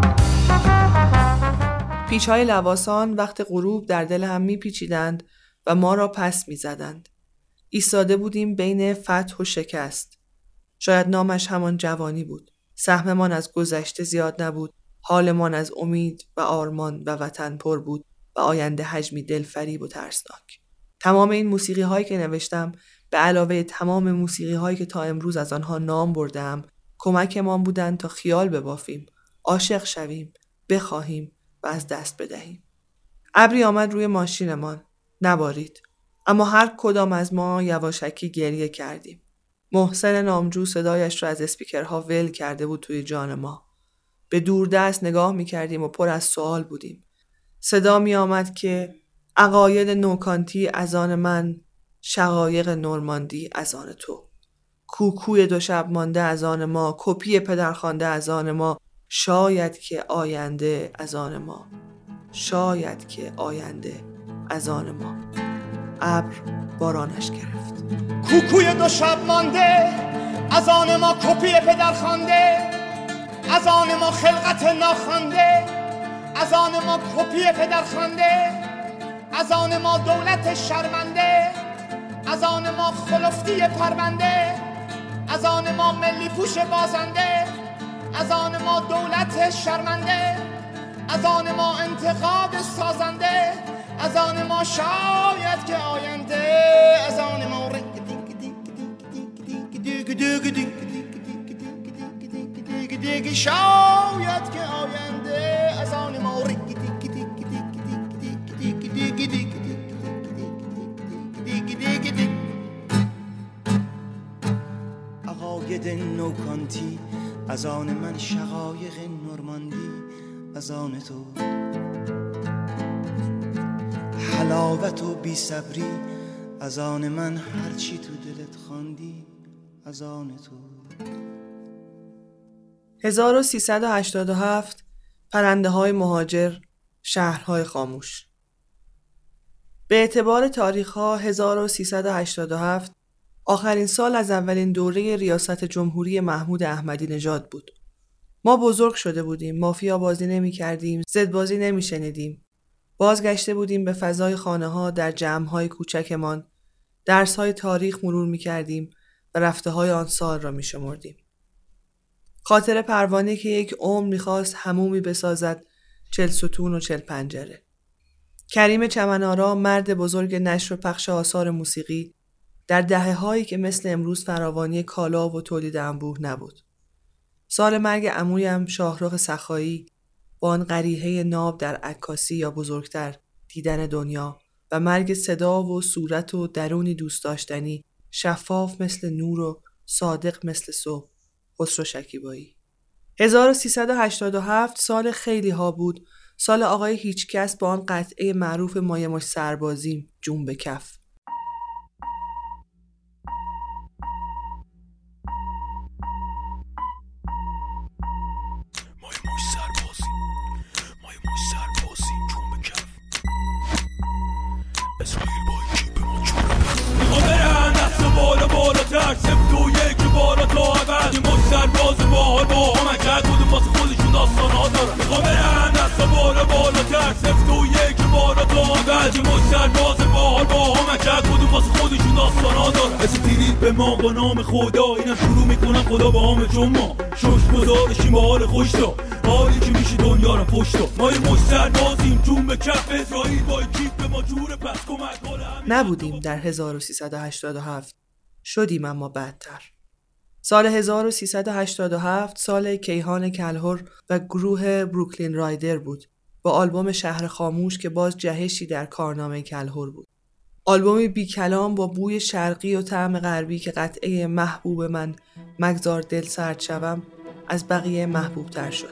پیچ‌های لواسان وقت غروب در دل هم میپیچیدند و ما را پس میزدند. ایستاده بودیم بین فتح و شکست. شاید نامش همان جوانی بود. سهممان از گذشته زیاد نبود. حالمان از امید و آرمان و وطن پر بود و آینده حجمی دلفریب و ترسناک. تمام این موسیقی هایی که نوشتم به علاوه تمام موسیقی هایی که تا امروز از آنها نام بردم کمکمان بودند تا خیال ببافیم، عاشق شویم، بخواهیم و از دست بدهیم. ابری آمد روی ماشینمان، نبارید، اما هر کدام از ما یواشکی گریه کردیم. محسن نامجو صدایش را از اسپیکرها ول کرده بود توی جان ما. به دوردست نگاه می کردیم و پر از سوال بودیم. صدا می آمد که عقاید نوکانتی از آن من، شقایق نورماندی از آن تو. کوکوی دو شب مانده از آن ما، کپی پدرخوانده از آن ما، شاید که آینده از آن ما، شاید که آینده از آن ما. ابر بارانش گرفت. کوکوی دو شب مانده از آن ما، کپی پدرخوانده از آن ما، خلقت ناخوانده از آن ما، کپی پدرخوانده از آن ما، دولت شرمنده از آن ما، خلفتی پرونده از آن ما، ملی پوش بازنده از آن ما، دولت شرمنده از آن ما، انتقاد سازنده از آن ما، شاید که آینده از آن ما، شاید که آینده از آن ما، عقاید نوکانتی از آن من، شقایق نورماندی از آن تو، حلاوت و بی صبری از آن من، هرچی تو دلت خواندی از آن تو. 1387 پرنده های مهاجر، شهرهای خاموش. به اعتبار تاریخ ها 1387 آخرین سال از اولین دوره ریاست جمهوری محمود احمدی نژاد بود. ما بزرگ شده بودیم، مافیا بازی نمی کردیم، زد بازی نمی شنیدیم. بازگشته بودیم به فضای خانه ها در جمع های کوچکمان. درس‌های تاریخ مرور می‌کردیم و رفته‌های آن سال را می‌شمردیم. خاطر پروانه که یک عمر می‌خواست حمومی بسازد 40 ستون و 40 پنجره. کریم چمن‌آرا، مرد بزرگ نشر و پخش آثار موسیقی، در دهه‌هایی که مثل امروز فراوانی کالا و تولید انبوه نبود. سال مرگ عمویم شاهرخ سخایی با آن قریحه ناب در عکاسی یا بزرگتر دیدن دنیا و مرگ صدا و صورت و درونی دوست داشتنی، شفاف مثل نور و صادق مثل صبح، خسرو شکیبایی. 1387 سال خیلی ها بود، سال آقای هیچکس با آن قطعه معروف مایه مش سربازیم جون به کف. به ما با نام خدا اینم شروع میکنم خدا با همه جمعه شش گذارشیم با حال خوش دا حالی که میشه دنیا رو پشتا ما یه مشتر بازیم جون به کف اسرائیل با کیف به ما جوره پس کمک نبودیم در 1387 شدیم اما بدتر. سال 1387 سال کیهان کلهر و گروه بروکلین رایدر بود با آلبوم شهر خاموش که باز جهشی در کارنامه کلهر بود. آلبومی بی کلام با بوی شرقی و طعم غربی که قطعه محبوب من مگذار دل سرد شوم از بقیه محبوب تر شد.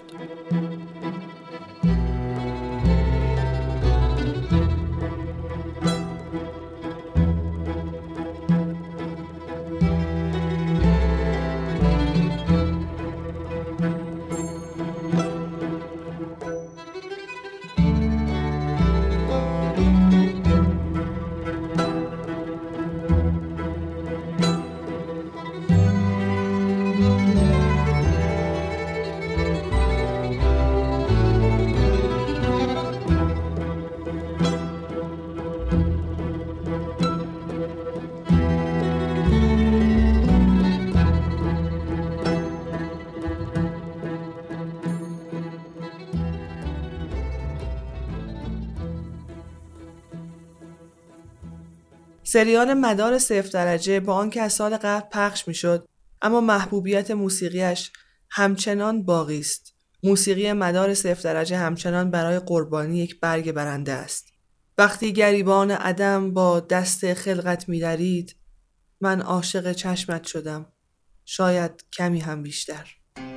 سریال مدار 0 درجه با آنکه از سال قبل پخش میشد اما محبوبیت موسیقیش همچنان باقی است. موسیقی مدار 0 درجه همچنان برای قربانی یک برگ برنده است. وقتی گریبان عدم با دست خلقت می‌درید من عاشق چشمت شدم، شاید کمی هم بیشتر.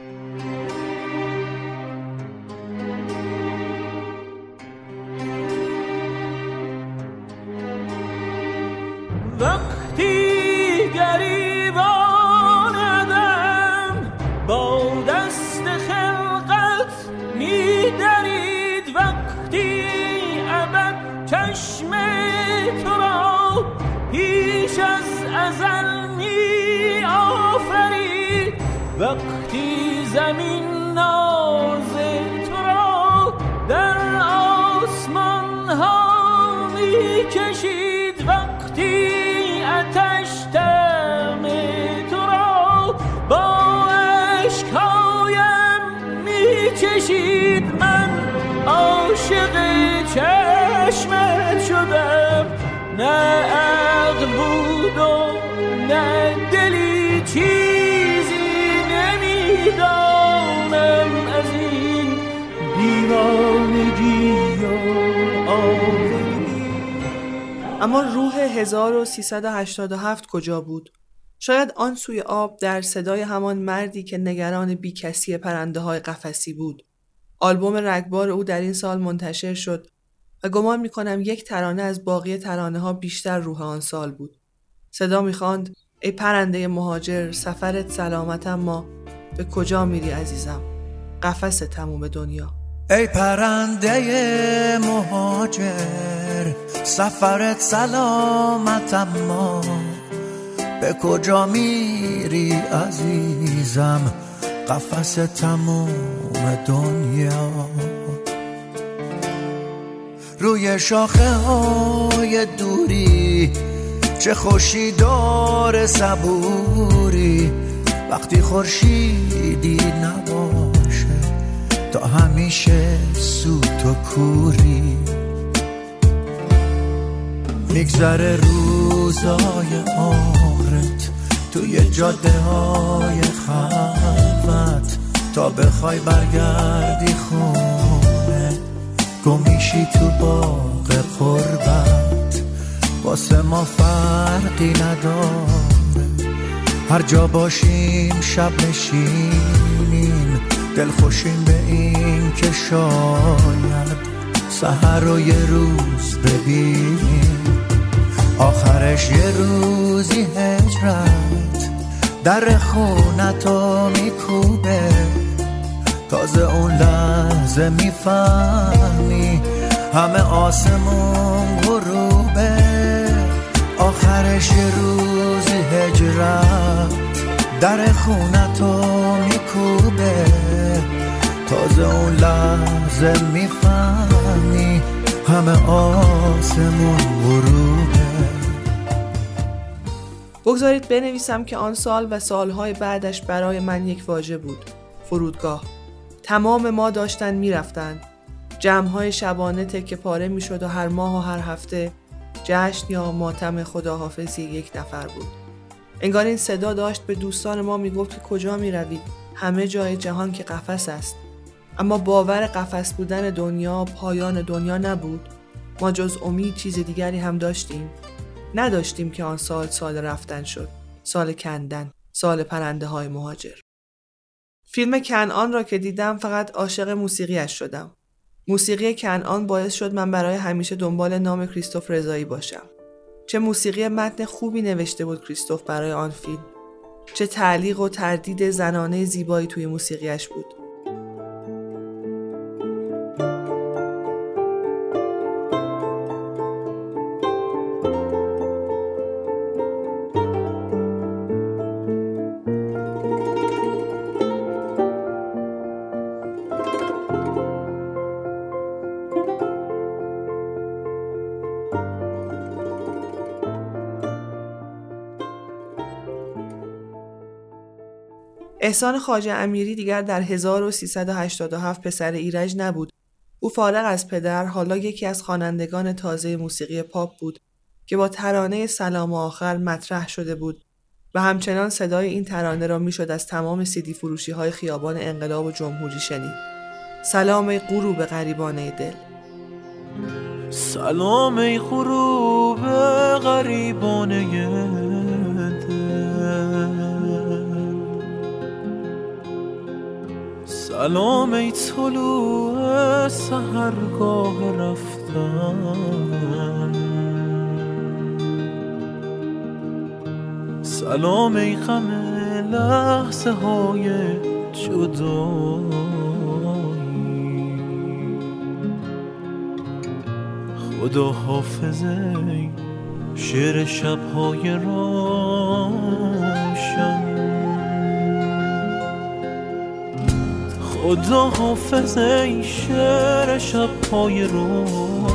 وقتی گریبان عدم با دست خلقت می‌درید، وقتی ابد چشم تو را پیش از ازل می‌آفرید، وقتی زمین ناز تو را در آسمان ها می‌کشید، وقتی آتش دم تو را با اشکایم می‌چشید، من عاشق چشمت شدم، نه عقل بود و نه دلی، چیزی نمیدانم از این دیوانگی و آوری. اما روح 1387 کجا بود؟ شاید آن سوی آب در صدای همان مردی که نگران بیکسی پرنده های قفسی بود. آلبوم رگبار او در این سال منتشر شد و گمان میکنم یک ترانه از باقی ترانه ها بیشتر روح آن سال بود. صدا میخواند ای پرنده مهاجر، سفرت سلامت اما به کجا میری عزیزم؟ قفس تموم دنیا. ای پرنده مهاجر، سفرت سلامت اما به کجا میری عزیزم؟ قفس تموم دنیا. روی شاخه های دوری چه خوشی داره صبوری وقتی خورشیدی نباشه تا همیشه سوت و کوری. میگذره روزای آخرت توی جاده های خلوت تا بخوای برگردی خونه گمیشی تو باغ قربت. واسه ما فرقی نداره هر جا باشیم شب نشینیم دلخوشیم به این که شاید سحر رو یه روز ببینیم آخرش یه روزی هجرت در خونتو میکوبه تازه اون لحظه میفهمی همه آسمون غروبه آخرش یه روزی هجرت در خونتو میکوبه تازه اون لحظه میفهمی همه آسمون غروبه. بگذارید بنویسم که آن سال و سالهای بعدش برای من یک واژه بود. فرودگاه. تمام ما داشتن میرفتن. جمع‌های شبانه تکه پاره میشد و هر ماه و هر هفته جشن یا ماتم خداحافظی یک نفر بود. انگار این صدا داشت به دوستان ما میگفت که کجا میروید؟ همه جای جهان که قفس است. اما باور قفس بودن دنیا پایان دنیا نبود. ما جز امید چیز دیگری هم داشتیم. نداشتیم که آن سال رفتن شد. سال کندن. سال پرنده های مهاجر. فیلم کنعان را که دیدم فقط عاشق موسیقیش شدم. موسیقی کنعان باعث شد من برای همیشه دنبال نام کریستوف رضایی باشم. چه موسیقی متن خوبی نوشته بود کریستوف برای آن فیلم. چه تعلیق و تردید زنانه زیبایی توی موسیقیش بود. احسان خواجه امیری دیگر در 1387 پسر ایرج نبود. او فارغ از پدر حالا یکی از خوانندگان تازه موسیقی پاپ بود که با ترانه سلام آخر مطرح شده بود و همچنان صدای این ترانه را میشد از تمام CD فروشی های خیابان انقلاب و جمهوری شنید. سلام ای غروب غریبانه دل. سلام ای غروب غریبانه دل، سلام ای طلوع سحرگاه رفتن، سلام ای غم لحظه های جدایی، خدا حافظه ای شعر شبهای روشن، خدا حافظه ای شعر شبهای روشن.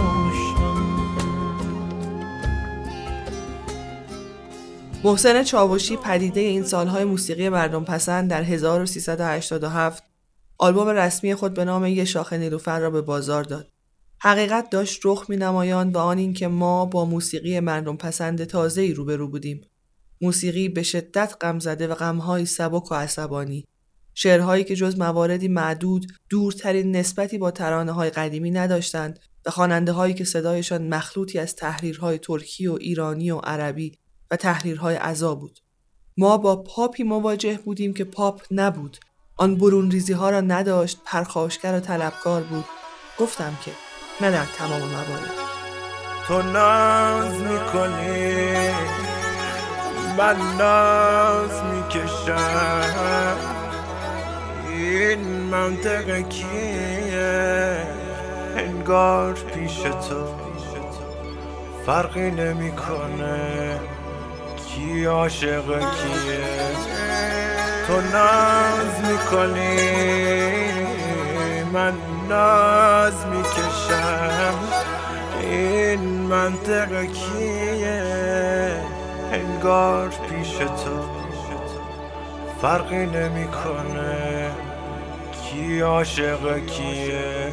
محسن چاوشی پدیده این سالهای موسیقی مردم پسند در 1387 آلبوم رسمی خود به نام یه شاخه نیلوفر را به بازار داد. حقیقت داشت رخ می‌نمایاند و آن این که ما با موسیقی مردم پسند تازه‌ای روبرو بودیم. موسیقی به شدت غمزده و غم‌های سبک و عصبانی. شعرهایی که جز مواردی معدود دورترین نسبتی با ترانه‌های قدیمی نداشتند و خواننده‌هایی که صدایشان مخلوطی از تحریرهای ترکی و ایرانی و عربی و تحریرهای عزا بود. ما با پاپی مواجه بودیم که پاپ نبود. آن برون ریزی‌ها را نداشت، پرخاشگر و طلبکار بود. گفتم که نه در تمام موارد. تو ناز میکنی من ناز میکشم، این منطقه کیه انگار پیش تو فرقی نمیکنه کی عاشق کیه. تو ناز میکنی من ناز میکشم، این منطقه کیه انگار پیش تو فرقی نمیکنه کی عاشق کیه.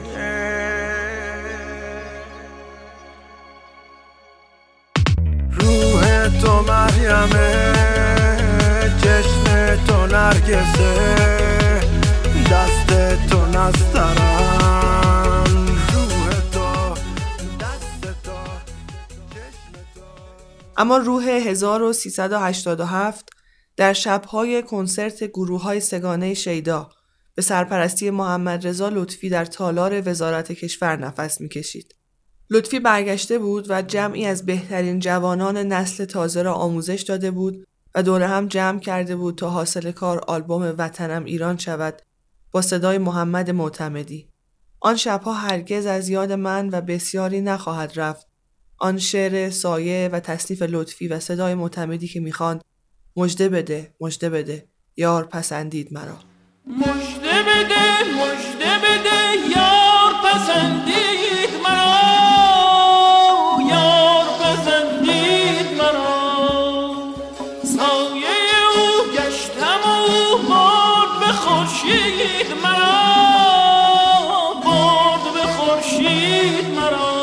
روح تو مریمه، چشم تو نرگسه، دست تو نسترن، روح تو دست تو چشم تو. اما روح 1387 در شب‌های کنسرت گروه‌های سگانه شیدا به سرپرستی محمد رضا لطفی در تالار وزارت کشور نفس می‌کشید. لطفی برگشته بود و جمعی از بهترین جوانان نسل تازه را آموزش داده بود و دور هم جمع کرده بود تا حاصل کار آلبوم وطنم ایران شود با صدای محمد معتمدی. آن شب‌ها هرگز از یاد من و بسیاری نخواهد رفت. آن شعر سایه و تصنیف لطفی و صدای معتمدی که می‌خواند مژده بده، مژده بده، یار پسندید مرا. مژده بده، مژده بده، یار پسندید مرا، یار پسندید مرا. سایه او گشتم و برد به خورشید مرا، برد به خورشید مرا.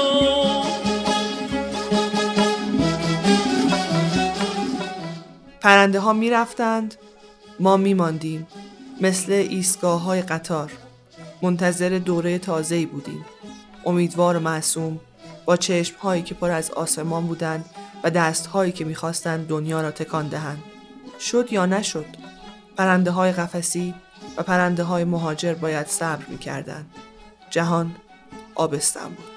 پرنده ها می رفتند، ما می ماندیم، مثل ایستگاه‌های قطار. منتظر دوره تازه‌ای بودیم، امیدوار و معصوم، با چشم‌هایی که پر از آسمان بودند و دست‌هایی که می‌خواستند دنیا را تکان دهند. شد یا نشد؟ پرنده‌های قفسی و پرنده‌های مهاجر باید صبر می‌کردند. جهان آبستن بود.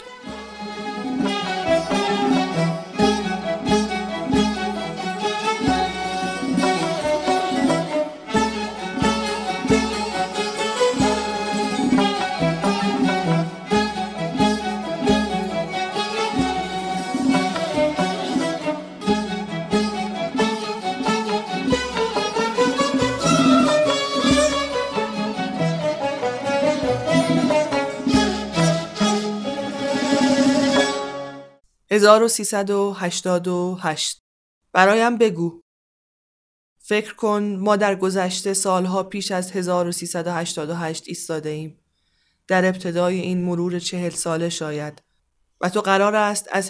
1388 برایم بگو. فکر کن ما در گذشته سالها پیش از 1388 ایستاده ایم. در ابتدای این مرور 40 ساله شاید. و تو قرار است از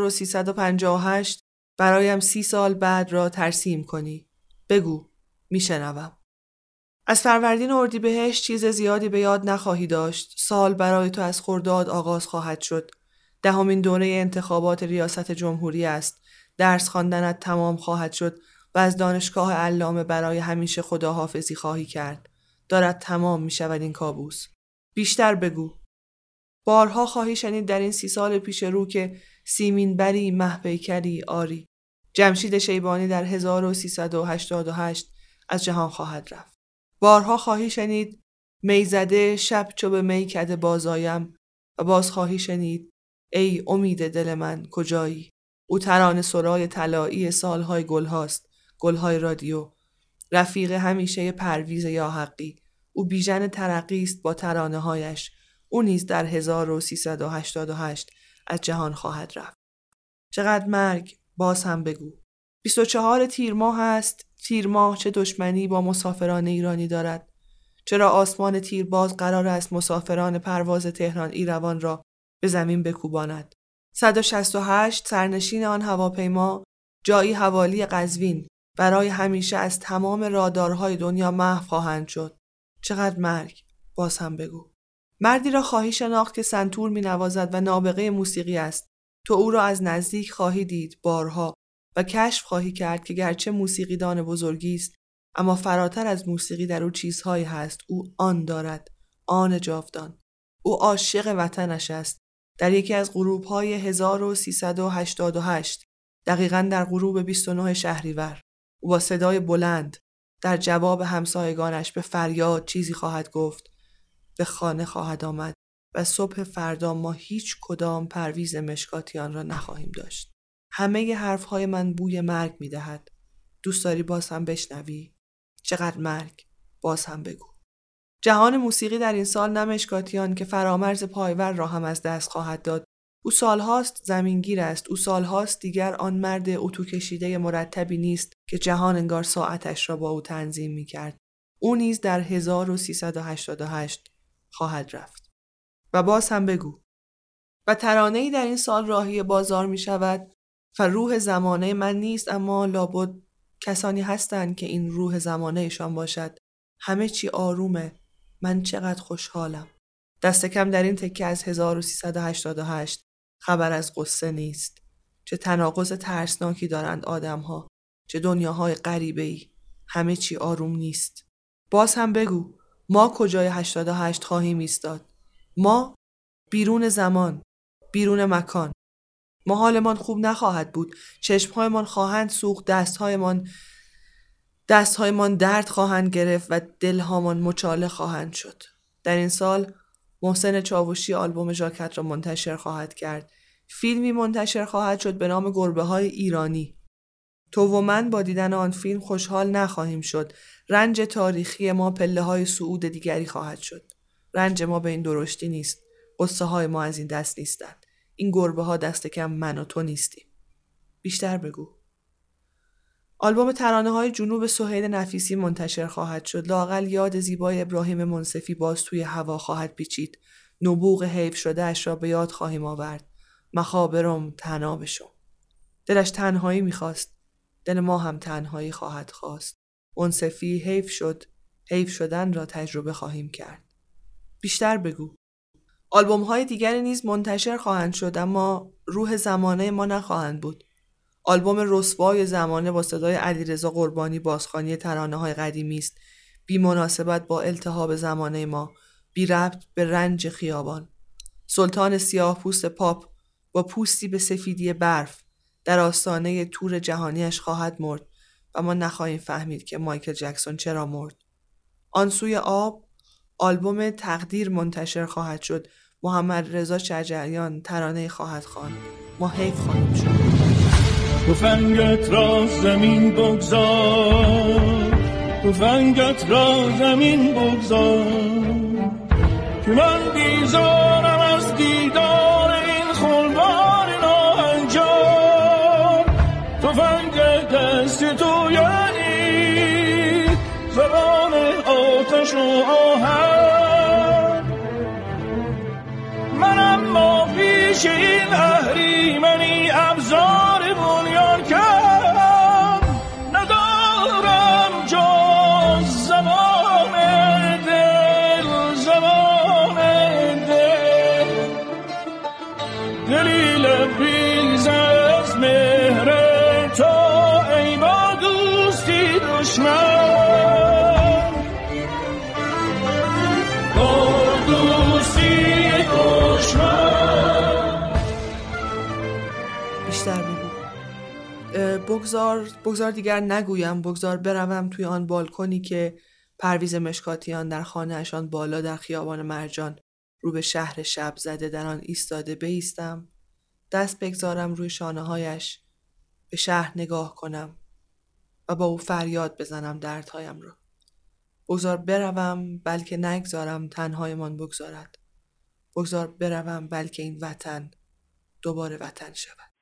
1358 برایم 30 سال بعد را ترسیم کنی. بگو، میشنوم. از فروردین اردیبهشت چیز زیادی به یاد نخواهی داشت. سال برای تو از خرداد آغاز خواهد شد. 10مین دوره انتخابات ریاست جمهوری است. درس خواندنت تمام خواهد شد و از دانشگاه علامه برای همیشه خداحافظی خواهی کرد. دارد تمام می شود این کابوس. بیشتر بگو. بارها خواهی شنید در این 30 سال پیش رو که سیمین بری مهپیکری آری. جمشید شیبانی در 1388 از جهان خواهد رفت. بارها خواهی شنید میزده شب چو به میکده بازایم و باز خواهی شنید ای امید دل من کجایی. او ترانه سرای طلایی سالهای گلهاست، گلهای رادیو. رفیق همیشه پرویز یا حقی. او بیژن ترقی است با ترانه هایش. او نیز در 1388 از جهان خواهد رفت. چقدر مرگ، باز هم بگو. 24 تیر ماه است. تیر ماه چه دشمنی با مسافران ایرانی دارد؟ چرا آسمان تیرباز قرار است مسافران پرواز تهران ایروان را به زمین بکوباند؟ 168 سرنشین آن هواپیما جایی حوالی قزوین برای همیشه از تمام رادارهای دنیا محو خواهند شد. چقدر مرگ، باز هم بگو. مردی را خواهی شناخت که سنتور می نوازد و نابغه موسیقی است. تو او را از نزدیک خواهی دید بارها و کشف خواهی کرد که گرچه موسیقیدان بزرگی است اما فراتر از موسیقی در او چیزهایی هست. او آن دارد، آن جاودان. او عاشق وطنش است. در یکی از غروب‌های 1388 دقیقاً در غروب 29 شهریور او با صدای بلند در جواب همسایگانش به فریاد چیزی خواهد گفت. به خانه خواهد آمد و صبح فردا ما هیچ کدام پرویز مشکاتیان را نخواهیم داشت. همه حرفهای من بوی مرگ می دهد. دوست داری باز هم بشنوی؟ چقدر مرگ، باز هم بگو. جهان موسیقی در این سال نه مشکاتیان که فرامرز پایور را هم از دست خواهد داد او سالهاست زمینگیر است. او سالهاست دیگر آن مرد اتو کشیده مرتبی نیست که جهان انگار ساعتش را با او تنظیم می کرد. او نیز در 1388 خواهد رفت. و باز هم بگو. و ترانه‌ای در این سال راهی بازار می شود و روح زمانه من نیست، اما لابد کسانی هستند که این روح زمانه ایشان باشد. همه چی آرومه. من چقدر خوشحالم. دست کم در این تکه از 1388 خبر از قصه نیست. چه تناقض ترسناکی دارند آدم‌ها. چه دنیاهای غریبه‌ای. همه چی آروم نیست. باز هم بگو. ما کجای 88 خواهیم ایستاد؟ ما بیرون زمان، بیرون مکان. ما حالمان خوب نخواهد بود. چشمهایمان خواهند سوخت، دستهایمان درد خواهند گرفت و دلهامان مچاله خواهند شد. در این سال محسن چاوشی آلبوم ژاکت را منتشر خواهد کرد. فیلمی منتشر خواهد شد به نام گربه‌های ایرانی. تو و من با دیدن آن فیلم خوشحال نخواهیم شد. رنج تاریخی ما پله‌های صعود دیگری خواهد شد. رنج ما به این درشتی نیست. قصه های ما از این دست نیستند. این گربه‌ها دست کم من و تو نیستیم. بیشتر بگو. آلبوم ترانه‌های جنوب سهیل نفیسی منتشر خواهد شد. لااقل یاد زیبای ابراهیم منصفی باز توی هوا خواهد پیچید. نبوغ حیف شده اش را به یاد خواهیم آورد. مخابرم تنها بشم. دلش تنهایی میخواست. دل ما هم تنهایی خواهد خواست. منصفی حیف شد. حیف شدن را تجربه خواهیم کرد. بیشتر بگو. آلبوم‌های دیگری نیز منتشر خواهند شد، اما روح زمانه ما نخواهند بود. آلبوم رسوای زمانه با صدای علیرضا قربانی بازخوانی ترانه‌های قدیمی است، بی مناسبت با التهاب زمانه ما، بی ربط به رنج خیابان. سلطان سیاه پوست پاپ با پوستی به سفیدی برف در آستانه تور جهانیش خواهد مرد و ما نخواهیم فهمید که مایکل جکسون چرا مرد. آن سوی آب آلبوم تقدیر منتشر خواهد شد. محمد رضا شجریان ترانه خواهد خواند. ما حیف خواهیم شد. تفنگت را زمین بگذار، تفنگت را زمین بگذار، که من بیزارم از دیدار این خلوار ناهنجار. تفنگ دست تو یعنی زبان آتش و آهن، من اما پیش این اهریمنی ابزار بنیان کردم، ندارم جز زبان دل، زبان دل، دلی لبریز از مهر تو ای با دوستی دشمن، با دوستی دشمن. بیشتر بگو. بگذار دیگر نگویم. بگذار بروم توی آن بالکنی که پرویز مشکاتیان در خانه‌اشان بالا در خیابان مرجان رو به شهر شب زده در آن ایستاده بایستم، دست بگذارم روی شانه‌هایش، به شهر نگاه کنم و با او فریاد بزنم دردهایم را. بگذار بروم بلکه نگذارم تنهایمان بگذارد. بگذار بروم بلکه این وطن دوباره وطن شود.